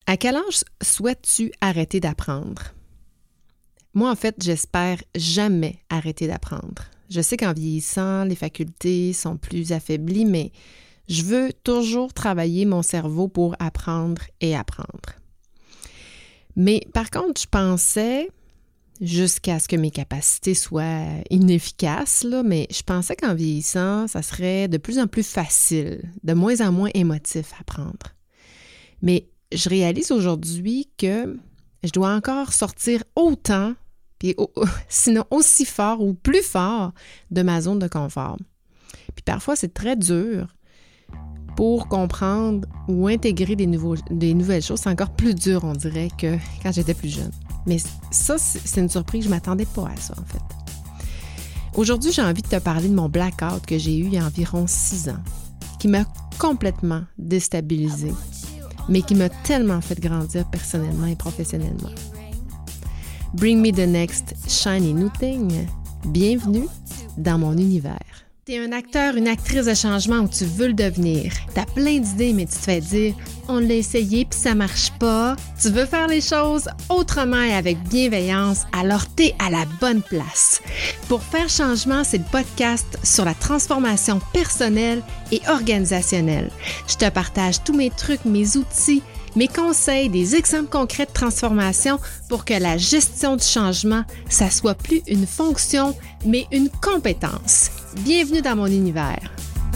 À quel âge souhaites-tu arrêter d'apprendre? Moi, en fait, j'espère jamais arrêter d'apprendre. Je sais qu'en vieillissant, les facultés sont plus affaiblies, mais je veux toujours travailler mon cerveau pour apprendre et apprendre. Mais par contre, je pensais, jusqu'à ce que mes capacités soient inefficaces, mais je pensais qu'en vieillissant, ça serait de plus en plus facile, de moins en moins émotif à apprendre. Mais je réalise aujourd'hui que je dois encore sortir autant, puis sinon aussi fort ou plus fort de ma zone de confort. Puis parfois, c'est très dur pour comprendre ou intégrer des nouvelles choses. C'est encore plus dur, on dirait, que quand j'étais plus jeune. Mais ça, c'est une surprise. Je ne m'attendais pas à ça, en fait. Aujourd'hui, j'ai envie de te parler de mon blackout que j'ai eu il y a environ 6 ans, qui m'a complètement déstabilisée, mais qui m'a tellement fait grandir personnellement et professionnellement. Bring me the next shiny new thing. Bienvenue dans mon univers. T'es un acteur, une actrice de changement ou tu veux le devenir. T'as plein d'idées, mais tu te fais dire « on l'a essayé puis ça marche pas ». Tu veux faire les choses autrement et avec bienveillance, alors t'es à la bonne place. Pour Faire Changement, c'est le podcast sur la transformation personnelle et organisationnelle. Je te partage tous mes trucs, mes outils, mes conseils, des exemples concrets de transformation pour que la gestion du changement, ça soit plus une fonction, mais une compétence. Bienvenue dans mon univers.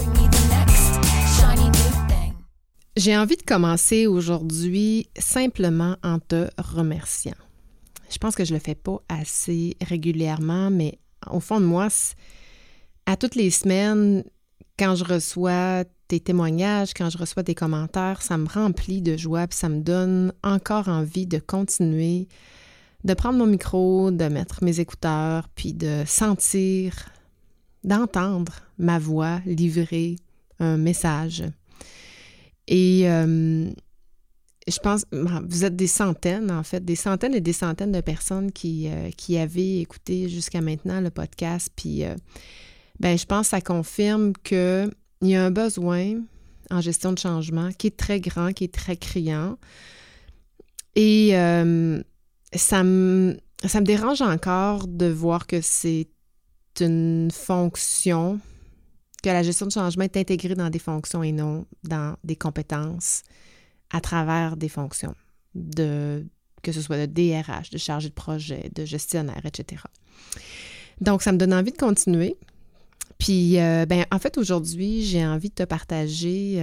J'ai envie de commencer aujourd'hui simplement en te remerciant. Je pense que je le fais pas assez régulièrement, mais au fond de moi, à toutes les semaines, quand je reçois tes témoignages, quand je reçois des commentaires, ça me remplit de joie, puis ça me donne encore envie de continuer, de prendre mon micro, de mettre mes écouteurs, puis de sentir, d'entendre ma voix livrer un message. Et je pense, vous êtes des centaines, en fait, des centaines et des centaines de personnes qui avaient écouté jusqu'à maintenant le podcast, puis je pense que ça confirme qu'il y a un besoin en gestion de changement qui est très grand, qui est très criant. Et ça me dérange encore de voir que c'est une fonction, que la gestion de changement est intégrée dans des fonctions et non dans des compétences à travers des fonctions, que ce soit de DRH, de chargé de projet, de gestionnaire, etc. Donc, ça me donne envie de continuer. Puis, en fait, aujourd'hui, j'ai envie de te partager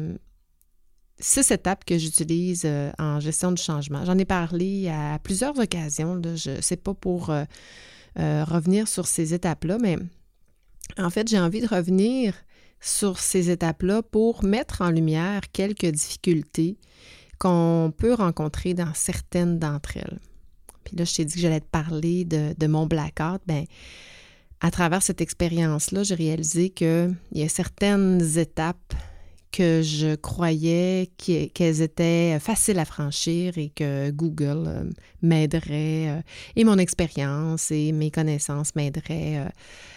6 étapes que j'utilise en gestion du changement. J'en ai parlé à plusieurs occasions. Là. Je ne sais pas pour revenir sur ces étapes-là, mais en fait, j'ai envie de revenir sur ces étapes-là pour mettre en lumière quelques difficultés qu'on peut rencontrer dans certaines d'entre elles. Puis là, je t'ai dit que j'allais te parler de mon blackout. À travers cette expérience-là, j'ai réalisé qu'il y a certaines étapes que je croyais qu'elles étaient faciles à franchir et que Google m'aiderait et mon expérience et mes connaissances m'aideraient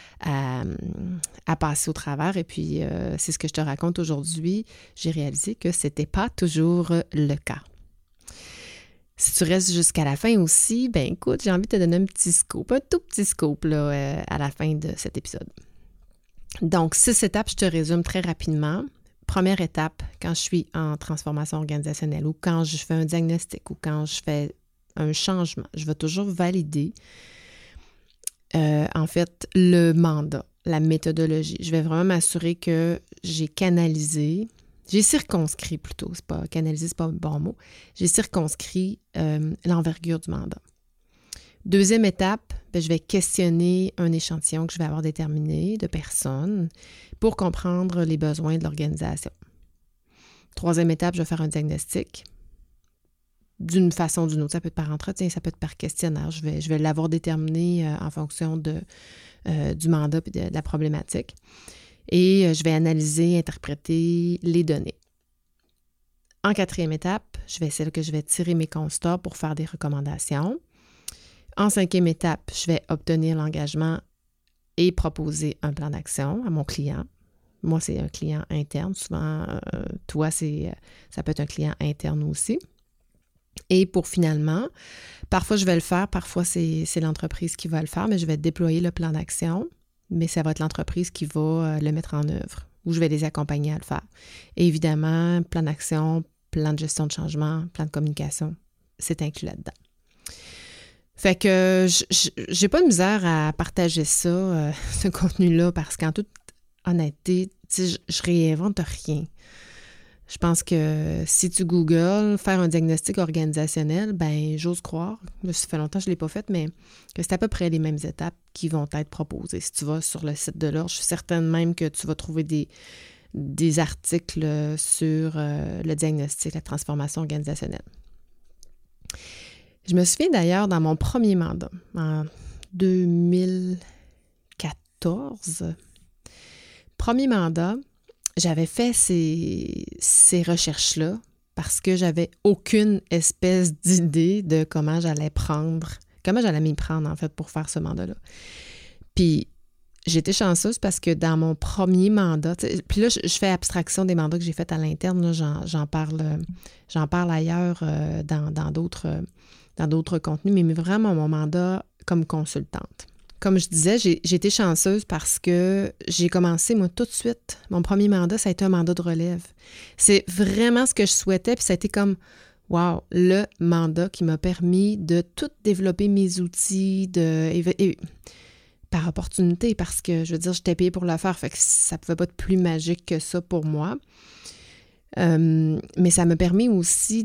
à passer au travers. Et puis, c'est ce que je te raconte aujourd'hui. J'ai réalisé que ce n'était pas toujours le cas. Si tu restes jusqu'à la fin aussi, écoute, j'ai envie de te donner un petit scoop, un tout petit scoop là, à la fin de cet épisode. Donc, 6 étapes, je te résume très rapidement. Première étape, quand je suis en transformation organisationnelle ou quand je fais un diagnostic ou quand je fais un changement, je vais toujours valider, en fait, le mandat, la méthodologie. Je vais vraiment m'assurer que j'ai canalisé, j'ai circonscrit plutôt, c'est pas canalisé, c'est pas le bon mot, j'ai circonscrit l'envergure du mandat. Deuxième étape, je vais questionner un échantillon que je vais avoir déterminé de personnes pour comprendre les besoins de l'organisation. Troisième étape, je vais faire un diagnostic d'une façon ou d'une autre. Ça peut être par entretien, ça peut être par questionnaire. Je vais l'avoir déterminé en fonction du mandat et de la problématique. Et je vais analyser, interpréter les données. En quatrième étape, c'est là que je vais tirer mes constats pour faire des recommandations. En cinquième étape, je vais obtenir l'engagement et proposer un plan d'action à mon client. Moi, c'est un client interne. Souvent, toi, ça peut être un client interne aussi. Et pour finalement, parfois je vais le faire, parfois c'est l'entreprise qui va le faire, mais je vais déployer le plan d'action, mais ça va être l'entreprise qui va le mettre en œuvre ou je vais les accompagner à le faire. Et évidemment, plan d'action, plan de gestion de changement, plan de communication, c'est inclus là-dedans. Fait que j'ai pas de misère à partager ça, ce contenu-là, parce qu'en toute honnêteté, je réinvente rien. Je pense que si tu googles faire un diagnostic organisationnel, ben j'ose croire, ça fait longtemps que je ne l'ai pas fait, mais que c'est à peu près les mêmes étapes qui vont être proposées. Si tu vas sur le site de l'Ordre, je suis certaine même que tu vas trouver des articles sur le diagnostic, la transformation organisationnelle. Je me souviens d'ailleurs dans mon premier mandat, en 2014, premier mandat, j'avais fait ces recherches-là parce que j'avais aucune espèce d'idée de comment j'allais m'y prendre en fait pour faire ce mandat-là. Puis j'étais chanceuse parce que dans mon premier mandat, puis là je fais abstraction des mandats que j'ai faits à l'interne, là, j'en parle ailleurs dans d'autres contenus, mais vraiment mon mandat comme consultante. Comme je disais, j'ai été chanceuse parce que j'ai commencé, moi, tout de suite. Mon premier mandat, ça a été un mandat de relève. C'est vraiment ce que je souhaitais, puis ça a été comme, wow, le mandat qui m'a permis de tout développer mes outils par opportunité, parce que, je veux dire, j'étais payée pour le faire, fait que ça pouvait pas être plus magique que ça pour moi. Mais ça m'a permis aussi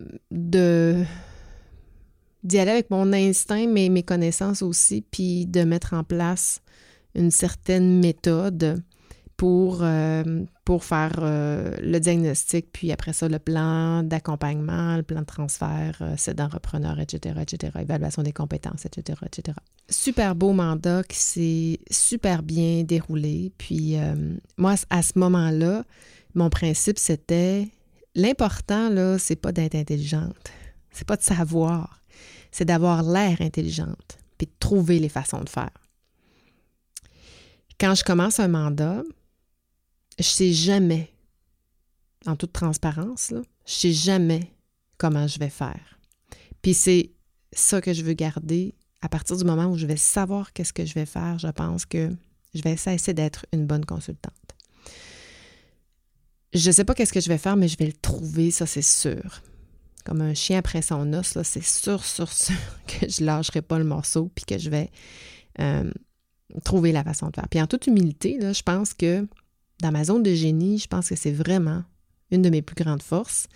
d'y aller avec mon instinct, mais mes connaissances aussi, puis de mettre en place une certaine méthode pour faire le diagnostic, puis après ça, le plan d'accompagnement, le plan de transfert, cédant-repreneur, etc., évaluation des compétences, etc., etc. Super beau mandat qui s'est super bien déroulé. Puis moi, à ce moment-là, mon principe, c'était l'important, là, c'est pas d'être intelligente, c'est pas de savoir. C'est d'avoir l'air intelligente, puis de trouver les façons de faire. Quand je commence un mandat, je ne sais jamais, en toute transparence, là, je ne sais jamais comment je vais faire. Puis c'est ça que je veux garder. À partir du moment où je vais savoir qu'est-ce que je vais faire, je pense que je vais cesser d'être une bonne consultante. Je ne sais pas qu'est-ce que je vais faire, mais je vais le trouver, ça c'est sûr. Comme un chien après son os, là, c'est sûr que je ne lâcherai pas le morceau puis que je vais trouver la façon de faire. Puis en toute humilité, là, je pense que dans ma zone de génie, je pense que c'est vraiment une de mes plus grandes forces.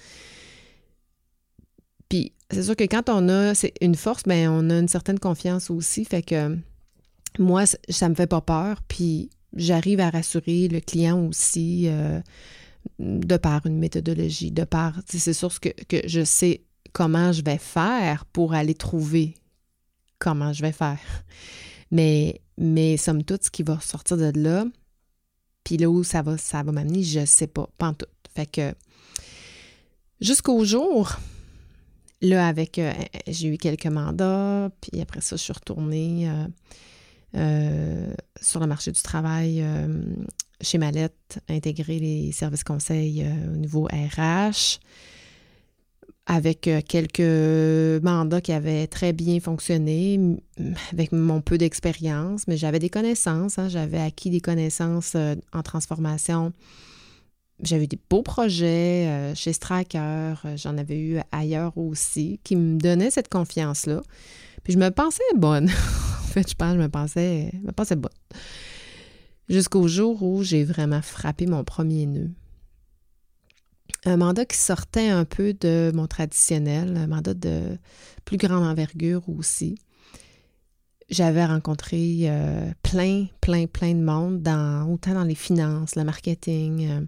Puis c'est sûr que quand c'est une force, bien, on a une certaine confiance aussi. Fait que moi, ça me fait pas peur. Puis j'arrive à rassurer le client aussi de par une méthodologie, c'est sûr que je sais comment je vais faire pour aller trouver comment je vais faire. Mais somme toute, ce qui va sortir de là, puis là où ça va m'amener, je ne sais pas, pas en tout. Fait que jusqu'au jour, là, j'ai eu quelques mandats, puis après ça, je suis retournée sur le marché du travail chez Mallette, intégrer les services conseils au niveau RH, avec quelques mandats qui avaient très bien fonctionné, avec mon peu d'expérience, mais j'avais des connaissances, j'avais acquis des connaissances en transformation. J'avais eu des beaux projets chez Stracker, j'en avais eu ailleurs aussi, qui me donnaient cette confiance-là. Puis je me pensais bonne. En fait, je me pensais bonne. Jusqu'au jour où j'ai vraiment frappé mon premier nœud. Un mandat qui sortait un peu de mon traditionnel, un mandat de plus grande envergure aussi. J'avais rencontré plein de monde, autant dans les finances, le marketing,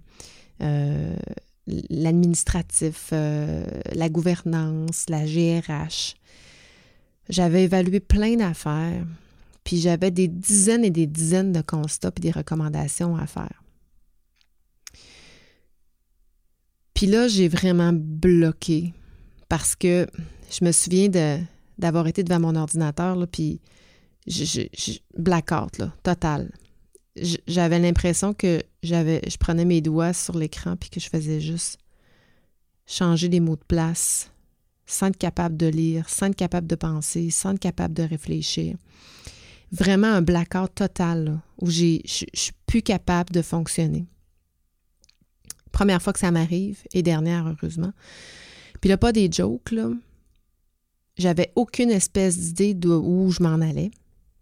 l'administratif, la gouvernance, la GRH. J'avais évalué plein d'affaires. Puis j'avais des dizaines et des dizaines de constats et des recommandations à faire. Puis là, j'ai vraiment bloqué parce que je me souviens d'avoir été devant mon ordinateur, là, puis blackout, là, total. J'avais l'impression que je prenais mes doigts sur l'écran puis que je faisais juste changer les mots de place sans être capable de lire, sans être capable de penser, sans être capable de réfléchir. Vraiment un blackout total, là, où je suis plus capable de fonctionner. Première fois que ça m'arrive, et dernière, heureusement. Puis là, pas des jokes, là. J'avais aucune espèce d'idée d'où je m'en allais.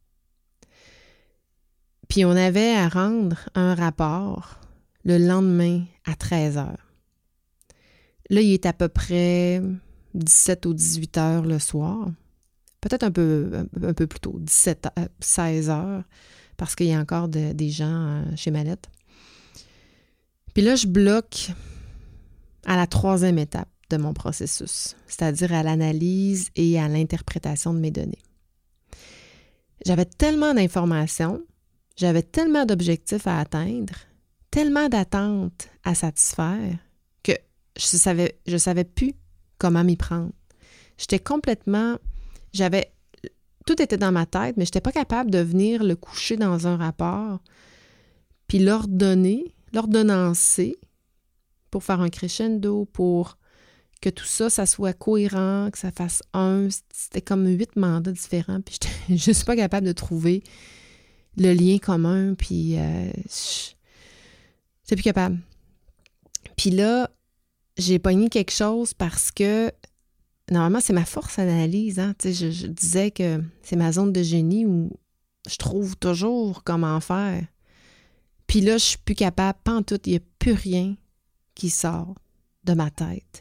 Puis on avait à rendre un rapport le lendemain à 13h. Là, il est à peu près 17 ou 18 heures le soir. Peut-être un peu plus tôt, 16 heures, parce qu'il y a encore des gens chez Mallette. Puis là, je bloque à la 3e étape de mon processus, c'est-à-dire à l'analyse et à l'interprétation de mes données. J'avais tellement d'informations, j'avais tellement d'objectifs à atteindre, tellement d'attentes à satisfaire que je savais plus comment m'y prendre. Tout était dans ma tête, mais je n'étais pas capable de venir le coucher dans un rapport, puis l'ordonnancer pour faire un crescendo, pour que tout ça, ça soit cohérent, que ça fasse C'était comme 8 mandats différents, puis j'étais juste pas capable de trouver le lien commun, puis j'étais plus capable. Puis là, j'ai pogné quelque chose parce que normalement, c'est ma force d'analyse. Hein? Je disais que c'est ma zone de génie où je trouve toujours comment faire. Puis là, je suis plus capable. Pantoute, il n'y a plus rien qui sort de ma tête.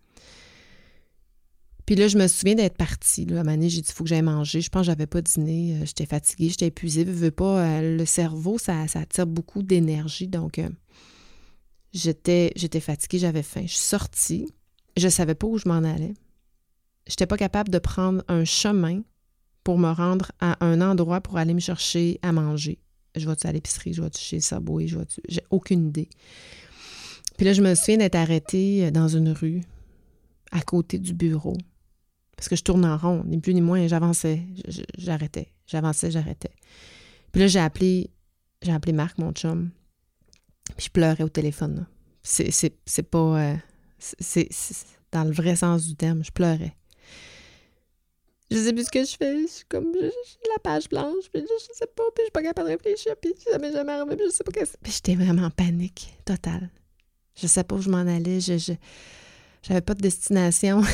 Puis là, je me souviens d'être partie. Là. À un moment donné, j'ai dit, il faut que j'aille manger. Je pense que j'avais pas dîné. J'étais fatiguée, j'étais épuisée. Le cerveau, ça attire beaucoup d'énergie. Donc, j'étais fatiguée, j'avais faim. Je suis sortie. Je savais pas où je m'en allais. J'étais pas capable de prendre un chemin pour me rendre à un endroit pour aller me chercher à manger. Je vais-tu à l'épicerie, je vais-tu chez Subway, j'ai aucune idée. Puis là, je me souviens d'être arrêtée dans une rue à côté du bureau. Parce que je tourne en rond, ni plus ni moins, j'avançais, j'arrêtais. J'avançais, j'arrêtais. Puis là, j'ai appelé Marc, mon chum. Puis je pleurais au téléphone. Là. C'est pas... c'est dans le vrai sens du terme, je pleurais. Je sais plus ce que je fais. Je suis comme... J'ai la page blanche, puis je sais pas, puis je suis pas capable de réfléchir, puis ça m'est jamais arrivé, puis je sais pas qu'est-ce... Puis j'étais vraiment en panique totale. Je sais pas où je m'en allais, j'avais pas de destination.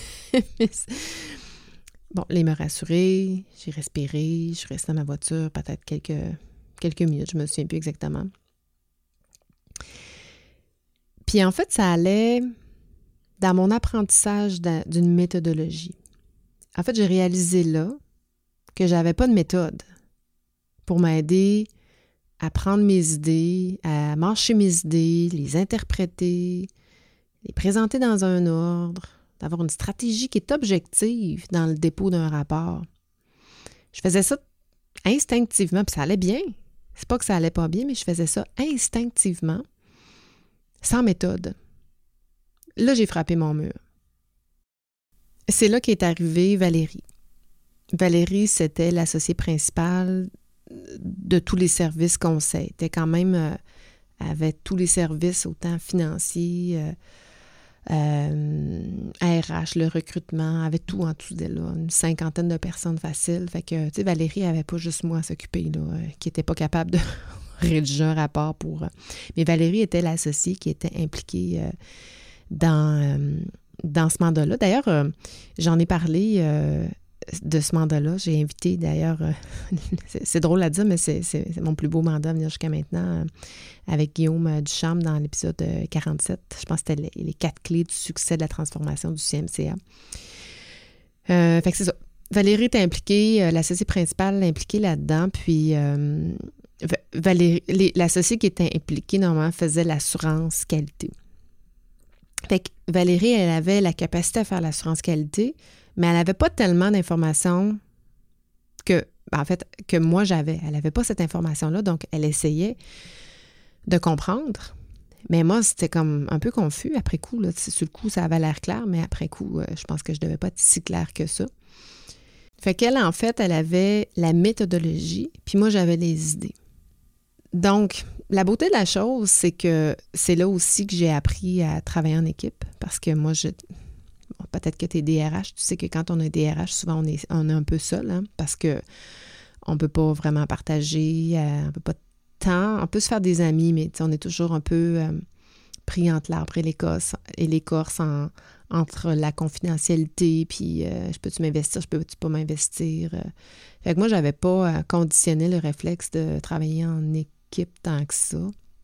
Bon, là, il m'a rassurée, j'ai respiré, je suis restée dans ma voiture peut-être quelques minutes, je me souviens plus exactement. Puis en fait, ça allait dans mon apprentissage d'une méthodologie. En fait, j'ai réalisé là que j'avais pas de méthode pour m'aider à prendre mes idées, à marcher mes idées, les interpréter, les présenter dans un ordre, d'avoir une stratégie qui est objective dans le dépôt d'un rapport. Je faisais ça instinctivement, puis ça allait bien. C'est pas que ça allait pas bien, mais je faisais ça instinctivement, sans méthode. Là, j'ai frappé mon mur. C'est là qu'est arrivée Valérie. Valérie, c'était l'associée principale de tous les services conseils. Elle était quand même avec tous les services, autant financiers, RH, le recrutement, avait tout en dessous d'elle, là, une 50aine de personnes faciles. Fait que, tu sais, Valérie avait pas juste moi à s'occuper, là, qui était pas capable de rédiger un rapport pour... Mais Valérie était l'associée qui était impliquée dans ce mandat-là. D'ailleurs, j'en ai parlé de ce mandat-là. J'ai invité, d'ailleurs, c'est drôle à dire, mais c'est mon plus beau mandat à venir jusqu'à maintenant, avec Guillaume Ducharme dans l'épisode 47. Je pense que c'était les 4 clés du succès de la transformation du CMCA. Fait que c'est ça. Valérie était impliquée, l'associée principale impliquée là-dedans, puis l'associée qui était impliquée, normalement, faisait l'assurance qualité. Fait que Valérie, elle avait la capacité à faire l'assurance qualité, mais elle n'avait pas tellement d'informations que moi j'avais. Elle n'avait pas cette information-là, donc elle essayait de comprendre. Mais moi, c'était comme un peu confus après coup. Là. Sur le coup, ça avait l'air clair, mais après coup, je pense que je ne devais pas être si claire que ça. Fait qu'elle, en fait, elle avait la méthodologie, puis moi, j'avais les idées. Donc, la beauté de la chose, c'est que c'est là aussi que j'ai appris à travailler en équipe, parce que moi, peut-être que tu es DRH, tu sais que quand on est DRH, souvent on est un peu seul, hein, parce que on ne peut pas vraiment partager, on ne peut pas tant, on peut se faire des amis, mais on est toujours un peu pris entre l'arbre et l'écorce entre la confidentialité, puis je peux-tu m'investir, je peux-tu pas m'investir. Fait que moi, j'avais pas conditionné le réflexe de travailler en équipe tant que ça.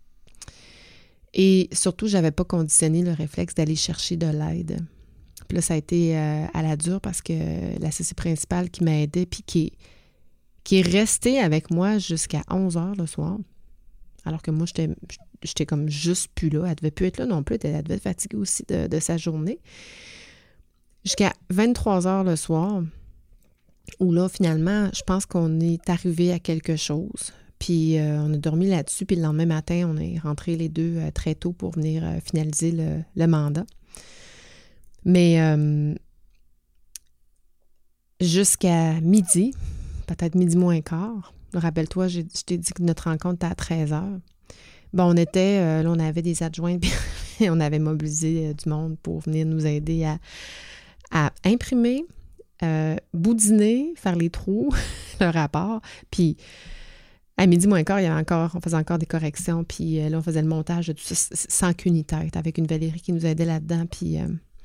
Et surtout, j'avais pas conditionné le réflexe d'aller chercher de l'aide. Puis là, ça a été à la dure parce que l'associé principal qui m'a aidée, puis qui est resté avec moi jusqu'à 11 heures le soir, alors que moi, j'étais comme juste plus là. Elle devait plus être là non plus. Elle devait être fatiguée aussi de sa journée. Jusqu'à 23 heures le soir, où là, finalement, je pense qu'on est arrivé à quelque chose. Puis on a dormi là-dessus. Puis le lendemain matin, on est rentrés les deux très tôt pour venir finaliser le mandat. Mais jusqu'à midi, peut-être midi moins quart, rappelle-toi, je t'ai dit que notre rencontre était à 13 heures. Bon, on était, là, on avait des adjoints, puis on avait mobilisé du monde pour venir nous aider à imprimer, boudiner, faire les trous, le rapport. Puis à midi moins quart, on faisait encore des corrections, puis là, on faisait le montage de tout ça sans queue ni tête, avec une Valérie qui nous aidait là-dedans, puis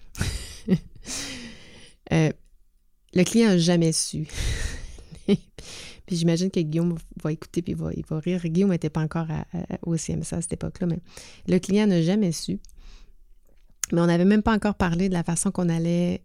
le client n'a jamais su. Puis j'imagine que Guillaume va écouter puis il va rire. Guillaume n'était pas encore au CMSA à cette époque-là, mais le client n'a jamais su. Mais on n'avait même pas encore parlé de la façon qu'on allait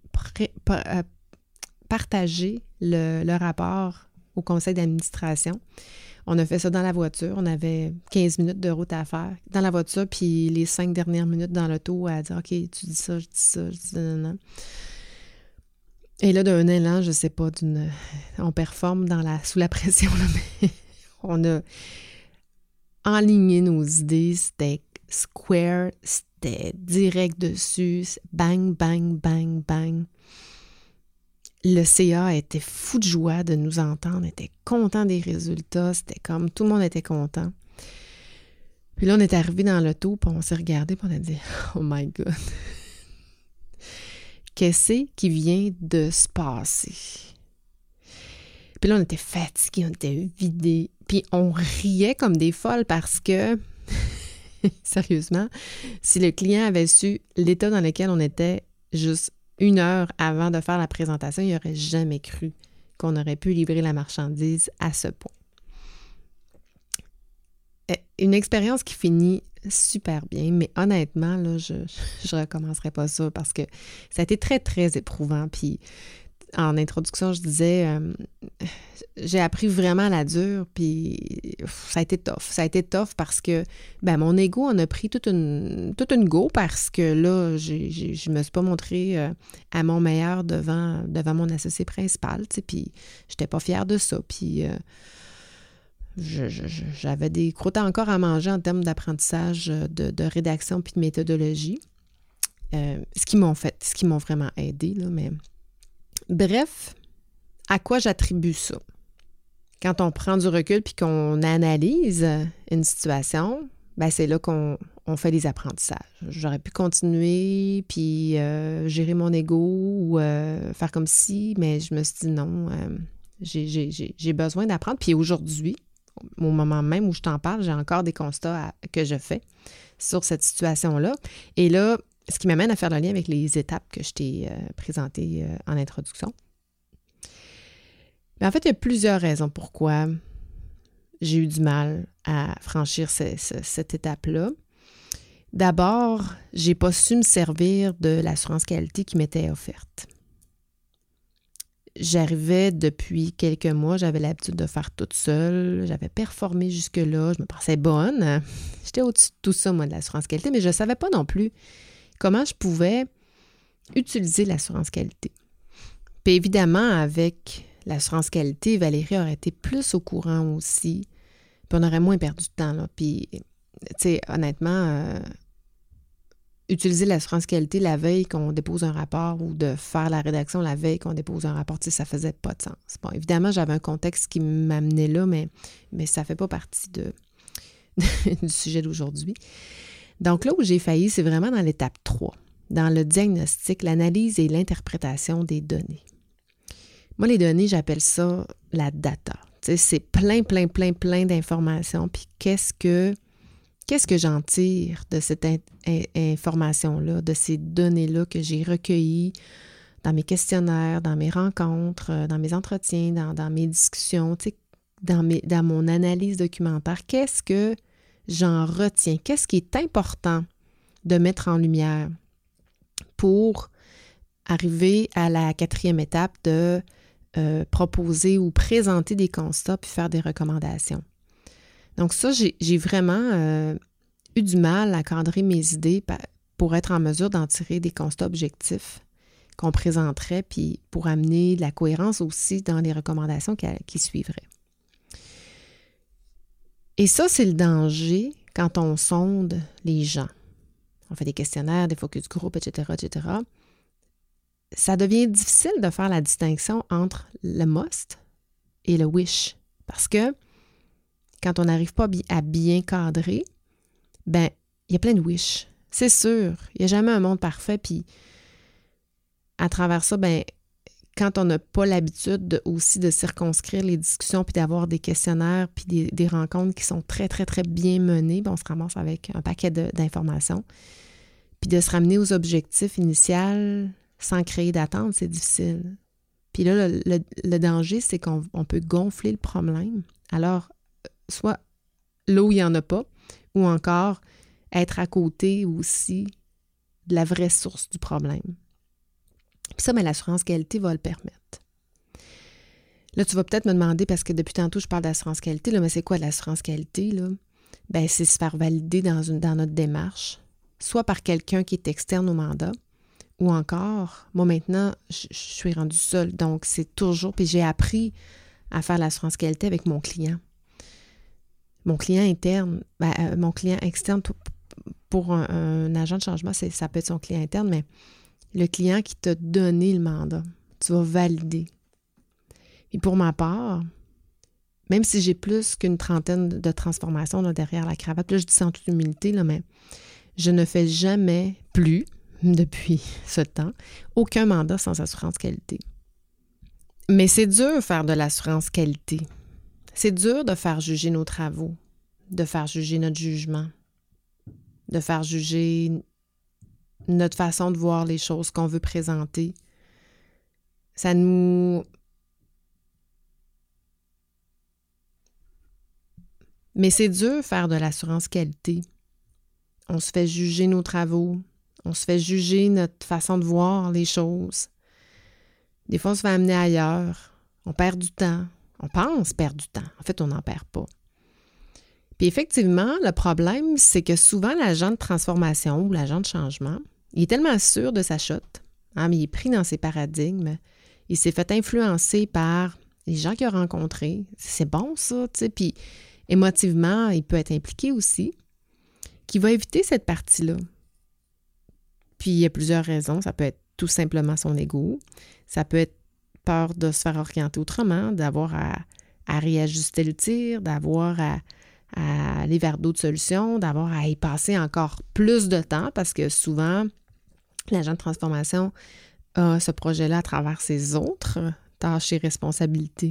partager le rapport au conseil d'administration. On a fait ça dans la voiture. On avait 15 minutes de route à faire dans la voiture, puis les 5 dernières minutes dans l'auto à dire « OK, tu dis ça, je dis ça, je dis ça, non. » Et là, d'un élan, je sais pas, on performe sous la pression, là, mais on a enligné nos idées, c'était square, c'était direct dessus, bang, bang, bang, bang. Le CA était fou de joie de nous entendre, était content des résultats, c'était comme tout le monde était content. Puis là, on est arrivé dans l'auto, puis on s'est regardé, puis on a dit « Oh my God! » Qu'est-ce qui vient de se passer? Puis là, on était fatigués, on était vidés. Puis on riait comme des folles parce que, sérieusement, si le client avait su l'état dans lequel on était juste 1 heure avant de faire la présentation, il n'aurait jamais cru qu'on aurait pu livrer la marchandise à ce point. Une expérience qui finit super bien, mais honnêtement, là, je ne recommencerai pas ça parce que ça a été très, très éprouvant. Puis en introduction, je disais, j'ai appris vraiment à la dure, puis ça a été tough. Ça a été tough parce que mon ego en a pris toute une go parce que là, je me suis pas montrée à mon meilleur devant mon associé principal, tu sais, puis j'étais pas fière de ça. Puis j'avais des croûtes encore à manger en termes d'apprentissage de rédaction puis de méthodologie. Ce qui m'ont vraiment aidé, là, mais bref, à quoi j'attribue ça? Quand on prend du recul puis qu'on analyse une situation, c'est là qu'on fait des apprentissages. J'aurais pu continuer puis gérer mon ego ou faire comme si, mais je me suis dit non, j'ai besoin d'apprendre. Puis aujourd'hui, au moment même où je t'en parle, j'ai encore des constats que je fais sur cette situation-là. Et là, ce qui m'amène à faire le lien avec les étapes que je t'ai présentées en introduction. En fait, il y a plusieurs raisons pourquoi j'ai eu du mal à franchir cette étape-là. D'abord, je n'ai pas su me servir de l'assurance qualité qui m'était offerte. J'arrivais depuis quelques mois, j'avais l'habitude de faire toute seule, j'avais performé jusque-là, je me pensais bonne. J'étais au-dessus de tout ça, moi, de l'assurance qualité, mais je ne savais pas non plus comment je pouvais utiliser l'assurance qualité. Puis évidemment, avec l'assurance qualité, Valérie aurait été plus au courant aussi, puis on aurait moins perdu de temps, là. Puis, tu sais, honnêtement, utiliser l'assurance qualité la veille qu'on dépose un rapport ou de faire la rédaction la veille qu'on dépose un rapport, ça ne faisait pas de sens. Bon, évidemment, j'avais un contexte qui m'amenait là, mais ça ne fait pas partie du sujet d'aujourd'hui. Donc là où j'ai failli, c'est vraiment dans l'étape 3. dans le diagnostic, l'analyse et l'interprétation des données. Moi, les données, j'appelle ça la data. Tu sais, c'est plein d'informations. Puis qu'est-ce que j'en tire de cette information-là, de ces données-là que j'ai recueillies dans mes questionnaires, dans mes rencontres, dans mes entretiens, dans mes discussions, tu sais, dans mon analyse documentaire? Qu'est-ce que j'en retiens? Qu'est-ce qui est important de mettre en lumière pour arriver à la 4e étape de proposer ou présenter des constats puis faire des recommandations. Donc ça, j'ai vraiment eu du mal à cadrer mes idées pour être en mesure d'en tirer des constats objectifs qu'on présenterait puis pour amener de la cohérence aussi dans les recommandations qui suivraient. Et ça, c'est le danger quand on sonde les gens. On fait des questionnaires, des focus group, etc., etc. Ça devient difficile de faire la distinction entre le must et le wish. Parce que quand on n'arrive pas à bien cadrer, ben il y a plein de wish. C'est sûr, il n'y a jamais un monde parfait. Puis à travers ça, ben quand on n'a pas l'habitude aussi de circonscrire les discussions puis d'avoir des questionnaires puis des rencontres qui sont très, très, très bien menées, ben on se ramasse avec un paquet d'informations. Puis de se ramener aux objectifs initiaux sans créer d'attente, c'est difficile. Puis là, le danger, c'est qu'on peut gonfler le problème. Alors, soit là où il n'y en a pas, ou encore être à côté aussi de la vraie source du problème. Puis ça, l'assurance qualité va le permettre. Là, tu vas peut-être me demander, parce que depuis tantôt, je parle d'assurance qualité, là, mais c'est quoi l'assurance qualité, là? Ben, c'est se faire valider dans notre démarche, soit par quelqu'un qui est externe au mandat, ou encore, moi maintenant, je suis rendue seule, donc c'est toujours, puis j'ai appris à faire l'assurance qualité avec mon client. Mon client interne, mon client externe, pour un agent de changement, ça peut être son client interne, mais le client qui t'a donné le mandat, tu vas valider. Et pour ma part, même si j'ai plus qu'une trentaine de transformations là, derrière la cravate, là je dis ça en toute humilité, là, mais je ne fais jamais plus, depuis ce temps, aucun mandat sans assurance qualité. Mais c'est dur de faire de l'assurance qualité. C'est dur de faire juger nos travaux, de faire juger notre jugement, de faire juger notre façon de voir les choses qu'on veut présenter. Ça nous... Mais c'est dur de faire de l'assurance qualité. On se fait juger nos travaux, on se fait juger notre façon de voir les choses. Des fois, on se fait amener ailleurs, on perd du temps, on pense perdre du temps. En fait, on n'en perd pas. Puis effectivement, le problème, c'est que souvent, l'agent de transformation ou l'agent de changement, il est tellement sûr de sa shot, mais il est pris dans ses paradigmes, il s'est fait influencer par les gens qu'il a rencontrés. C'est bon, ça, tu sais, puis émotivement, il peut être impliqué aussi, qui va éviter cette partie-là. Puis il y a plusieurs raisons. Ça peut être tout simplement son ego. Ça peut être peur de se faire orienter autrement, d'avoir à réajuster le tir, d'avoir à aller vers d'autres solutions, d'avoir à y passer encore plus de temps parce que souvent, l'agent de transformation a ce projet-là à travers ses autres tâches et responsabilités.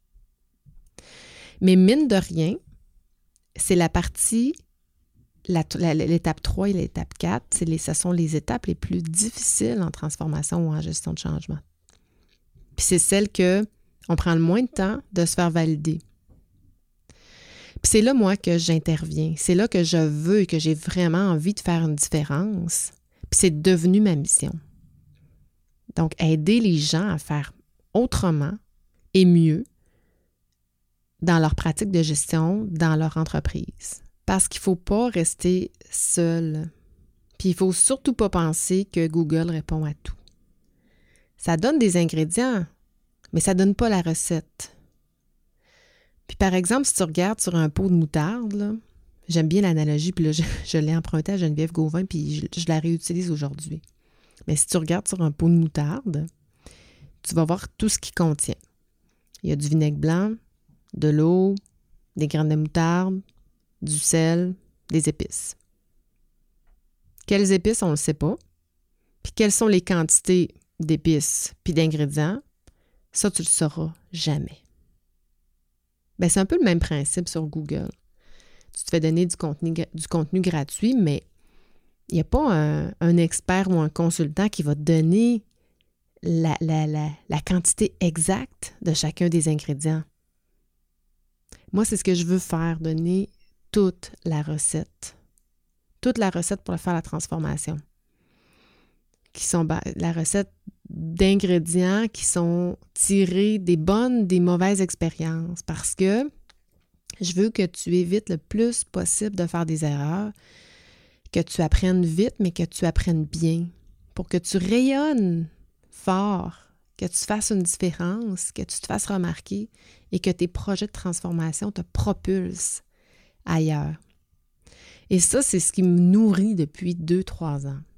Mais mine de rien, c'est la partie, l'étape 3 et l'étape 4, ce sont les étapes les plus difficiles en transformation ou en gestion de changement. Puis c'est celle qu'on prend le moins de temps de se faire valider. Puis c'est là, moi, que j'interviens. C'est là que je veux et que j'ai vraiment envie de faire une différence. Puis c'est devenu ma mission. Donc, aider les gens à faire autrement et mieux dans leur pratique de gestion, dans leur entreprise. Parce qu'il ne faut pas rester seul. Puis il ne faut surtout pas penser que Google répond à tout. Ça donne des ingrédients, mais ça ne donne pas la recette. Puis par exemple, si tu regardes sur un pot de moutarde, là, j'aime bien l'analogie, puis là, je l'ai empruntée à Geneviève Gauvin, puis je la réutilise aujourd'hui. Mais si tu regardes sur un pot de moutarde, tu vas voir tout ce qu'il contient. Il y a du vinaigre blanc, de l'eau, des graines de moutarde, du sel, des épices. Quelles épices, on ne le sait pas. puis quelles sont les quantités d'épices puis d'ingrédients, ça, tu le sauras jamais. Ben, c'est un peu le même principe sur Google. Tu te fais donner du contenu gratuit, mais il n'y a pas un expert ou un consultant qui va te donner la quantité exacte de chacun des ingrédients. Moi, c'est ce que je veux faire, donner toute la recette. Toute la recette pour faire la transformation. Qui sont la recette d'ingrédients qui sont tirés des bonnes, des mauvaises expériences. Parce que je veux que tu évites le plus possible de faire des erreurs, que tu apprennes vite, mais que tu apprennes bien. Pour que tu rayonnes fort, que tu fasses une différence, que tu te fasses remarquer et que tes projets de transformation te propulsent ailleurs. Et ça, c'est ce qui me nourrit depuis 2-3 ans.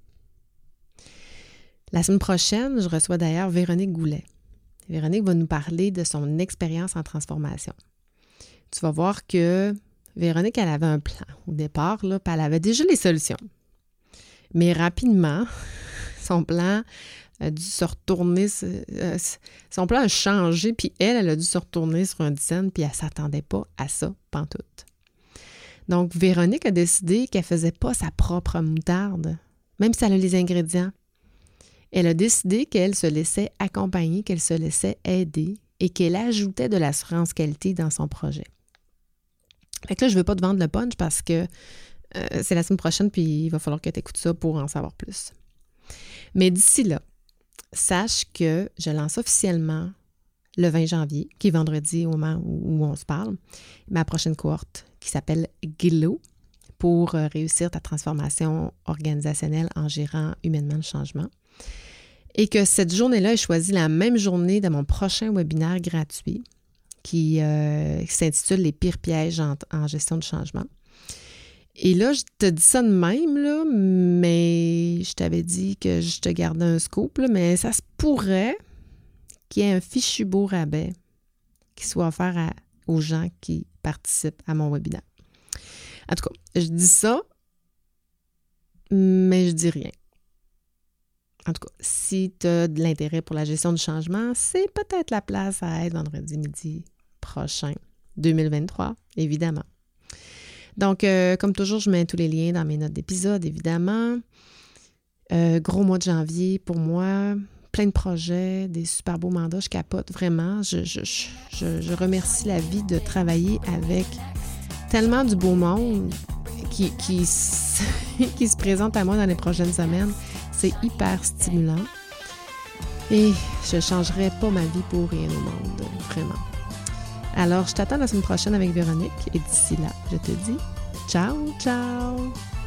La semaine prochaine, je reçois d'ailleurs Véronique Goulet. Véronique va nous parler de son expérience en transformation. Tu vas voir que Véronique, elle avait un plan au départ, là, puis elle avait déjà les solutions. Mais rapidement, son plan a dû se retourner, son plan a changé, puis elle a dû se retourner sur un dizaine, puis elle ne s'attendait pas à ça, pantoute. Donc, Véronique a décidé qu'elle ne faisait pas sa propre moutarde, même si elle a les ingrédients. Elle a décidé qu'elle se laissait accompagner, qu'elle se laissait aider et qu'elle ajoutait de l'assurance qualité dans son projet. Fait que là, je ne veux pas te vendre le punch parce que c'est la semaine prochaine, puis il va falloir que tu écoutes ça pour en savoir plus. Mais d'ici là, sache que je lance officiellement le 20 janvier, qui est vendredi au moment où on se parle, ma prochaine cohorte qui s'appelle Glow pour réussir ta transformation organisationnelle en gérant humainement le changement. Et que cette journée-là est choisie la même journée de mon prochain webinaire gratuit qui s'intitule « Les pires pièges en gestion du changement ». Et là, je te dis ça de même, là, mais je t'avais dit que je te gardais un scoop, là, mais ça se pourrait qu'il y ait un fichu beau rabais qui soit offert aux gens qui participent à mon webinaire. En tout cas, je dis ça, mais je dis rien. En tout cas, si tu as de l'intérêt pour la gestion du changement, c'est peut-être la place à être vendredi midi prochain, 2023, évidemment. Donc, comme toujours, je mets tous les liens dans mes notes d'épisode, évidemment. Gros mois de janvier pour moi, plein de projets, des super beaux mandats, je capote vraiment. Je remercie la vie de travailler avec tellement du beau monde qui se présente à moi dans les prochaines semaines. C'est hyper stimulant. Et je ne changerai pas ma vie pour rien au monde, vraiment. Alors, je t'attends la semaine prochaine avec Véronique. Et d'ici là, je te dis ciao, ciao!